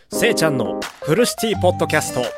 せいちゃんのフルシティポッドキャスト。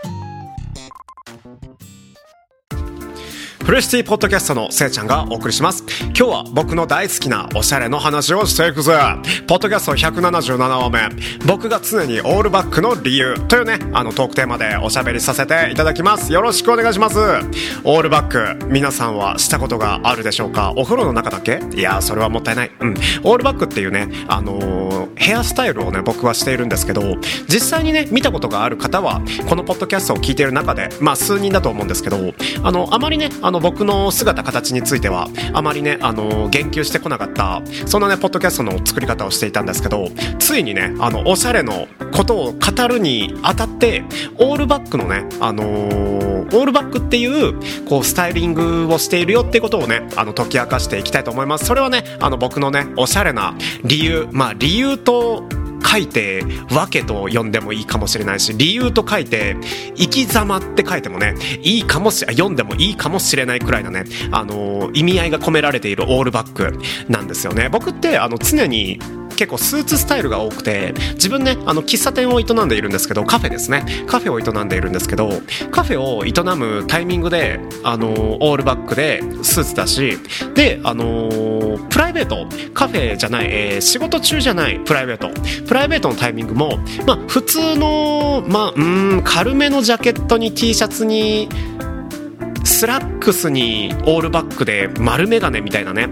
フルシティポッドキャストのせいちゃんがお送りします。今日は僕の大好きなおしゃれの話をしていくぜ。ポッドキャスト177話目、僕が常にオールバックの理由というね、トークテーマでおしゃべりさせていただきます。よろしくお願いします。オールバック、皆さんはしたことがあるでしょうか？お風呂の中だけ？いや、それはもったいない。オールバックっていうね、ヘアスタイルをね、僕はしているんですけど、実際にね、見たことがある方はこのポッドキャストを聞いている中で、数人だと思うんですけど、あまりね、僕の姿形についてはあまりね、言及してこなかった、そんなねポッドキャストの作り方をしていたんですけど、ついにね、おしゃれのことを語るにあたってオールバックのね、オールバックっていうこうスタイリングをしているよっていうことをね、解き明かしていきたいと思います。それはね、僕のね、おしゃれな理由、理由と書いて訳と読んでもいいかもしれないし、理由と書いて生き様って書いてもね、読んでもいいかもしれないくらいのね、意味合いが込められているオールバックなんですよね。僕って常に結構スーツスタイルが多くて、自分ね、喫茶店を営んでいるんですけど、カフェですね、カフェを営んでいるんですけど、カフェを営むタイミングでオールバックでスーツだし、でプライベート、カフェじゃない、仕事中じゃないプライベートのタイミングも、普通の軽めのジャケットに T シャツにスラックスにオールバックで丸眼鏡みたいなね、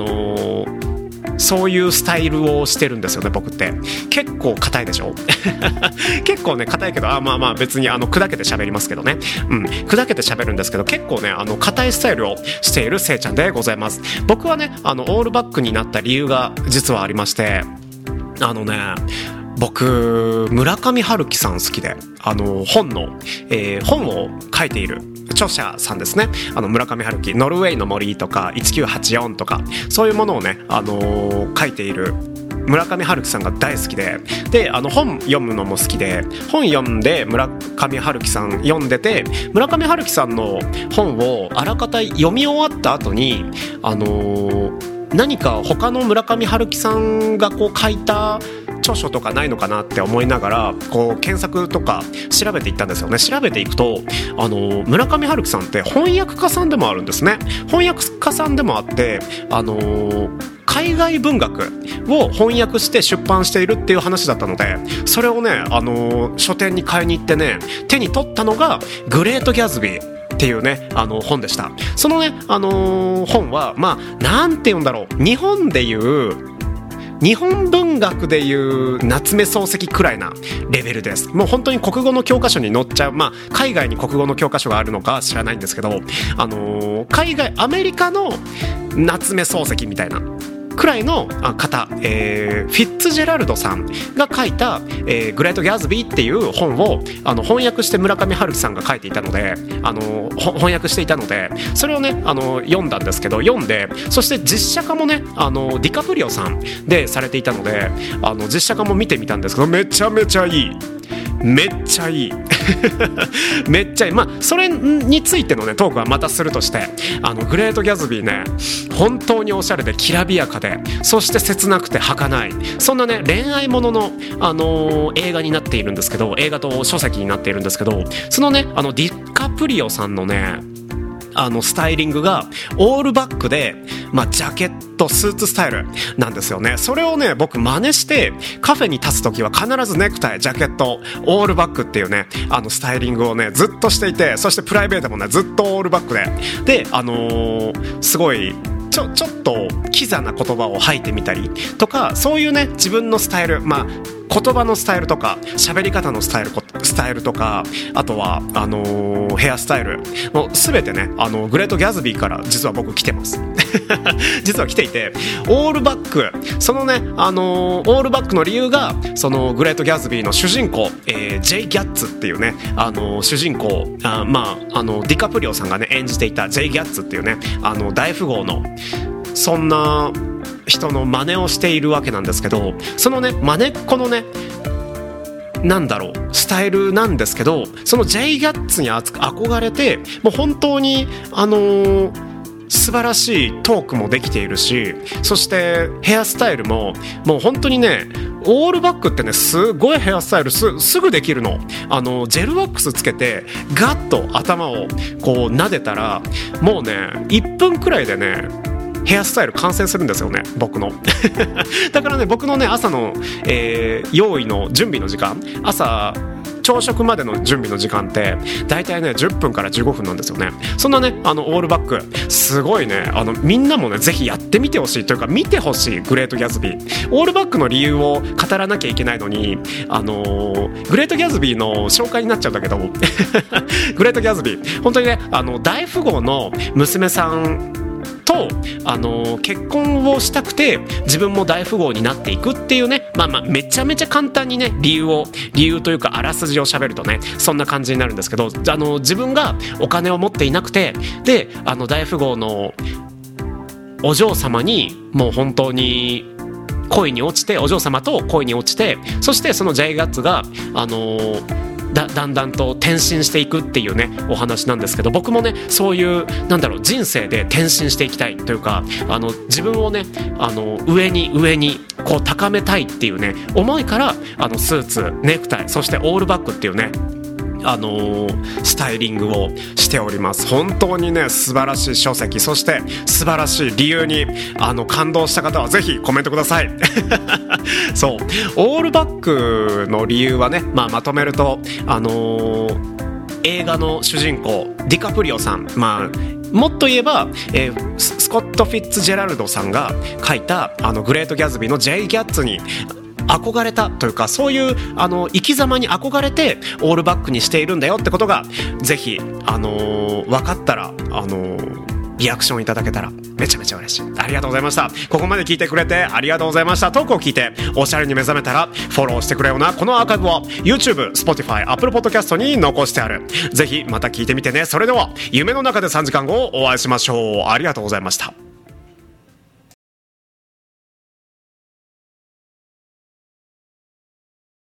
そういうスタイルをしてるんですよね。僕って結構硬いでしょ結構ね硬いけど、別に砕けて喋りますけどね、砕けて喋るんですけど、結構ね硬いスタイルをしているせいちゃんでございます。僕はねオールバックになった理由が実はありまして、僕村上春樹さん好きで、本を書いている著者さんですね。村上春樹、ノルウェーの森とか1984とか、そういうものをね、書いている村上春樹さんが大好きで、本読むのも好きで、本読んで村上春樹さん読んでて、村上春樹さんの本をあらかた読み終わった後に何か他の村上春樹さんがこう書いた著書とかないのかなって思いながらこう検索とか調べていったんですよね。調べていくと村上春樹さんって翻訳家さんでもあるんですね。翻訳家さんでもあって、海外文学を翻訳して出版しているっていう話だったので、それをね書店に買いに行ってね、手に取ったのがグレート・ギャツビーっていうね本でした。そのね本はなんて言うんだろう、日本文学でいう夏目漱石くらいなレベルです。もう本当に国語の教科書に載っちゃう、海外に国語の教科書があるのか知らないんですけど、アメリカの夏目漱石みたいなくらいの方、フィッツジェラルドさんが書いた、グレート・ギャツビーっていう本を翻訳して村上春樹さんが書いていたので、翻訳していたので、それをね読んだんですけど、読んで、そして実写化もねディカプリオさんでされていたので、実写化も見てみたんですけど、めちゃめちゃいいめっちゃいいめっちゃいい。それについてのねトークはまたするとして、グレート・ギャツビーね、本当におしゃれできらびやかで、そして切なくて儚い、そんなね恋愛ものの、映画になっているんですけど、映画と書籍になっているんですけど、そのねディカプリオさんのねスタイリングがオールバックで、ジャケットスーツスタイルなんですよね。それをね僕真似してカフェに立つときは必ずネクタイ、ジャケット、オールバックっていうねスタイリングをねずっとしていて、そしてプライベートもねずっとオールバックですごいちょっとキザな言葉を吐いてみたりとか、そういうね自分のスタイル、言葉のスタイルとか喋り方のスタイルとか、あとはヘアスタイルも全てねグレート・ギャツビーから実は僕来てます実は来ていて、オールバック、そのねオールバックの理由が、そのグレート・ギャツビーの主人公、ジェイ・ギャッツっていうね主人公、ディカプリオさんがね演じていたジェイ・ギャッツっていうね大富豪のそんな人の真似をしているわけなんですけど、そのね真似っこのねスタイルなんですけど、そのジェイ・ギャッツに憧れて、もう本当に素晴らしいトークもできているし、そしてヘアスタイルももう本当にねオールバックってねすごいヘアスタイルすぐできるの。ジェルワックスつけてガッと頭をこう撫でたらもうね1分くらいでねヘアスタイル完成するんですよね、僕のだからね僕のね朝の、用意の準備の時間、朝朝食までの準備の時間ってだいたいね10分から15分なんですよね。そんなねオールバックすごいねみんなもねぜひやってみてほしいというか見てほしい。グレートギャツビーオールバックの理由を語らなきゃいけないのにグレートギャツビーの紹介になっちゃうんだけどグレートギャツビー本当にね大富豪の娘さんと結婚をしたくて自分も大富豪になっていくっていうね、めちゃめちゃ簡単にね理由というかあらすじを喋るとねそんな感じになるんですけど、自分がお金を持っていなくてで大富豪のお嬢様にもう本当に恋に落ちて、お嬢様と恋に落ちて、そしてそのジャイガッツがだんだんと転身していくっていうねお話なんですけど、僕もねそういう人生で転身していきたいというか自分をね上にこう高めたいっていうね思いからスーツ、ネクタイ、そしてオールバックっていうねスタイリングをしております。本当にね素晴らしい書籍、そして素晴らしい理由に感動した方はぜひコメントくださいそうオールバックの理由はね、まとめると映画の主人公ディカプリオさん、もっと言えば、スコット・フィッツジェラルドさんが書いたグレート・ギャツビーのジェイ・ギャッツに憧れたというか、そういう生き様に憧れてオールバックにしているんだよってことがぜひ分かったらリアクションいただけたらめちゃめちゃ嬉しい。ありがとうございました。ここまで聞いてくれてありがとうございました。トークを聞いておしゃれに目覚めたらフォローしてくれよな。このアーカイブは YouTube、Spotify、Apple Podcast に残してある。ぜひまた聞いてみてね。それでは夢の中で3時間後お会いしましょう。ありがとうございました。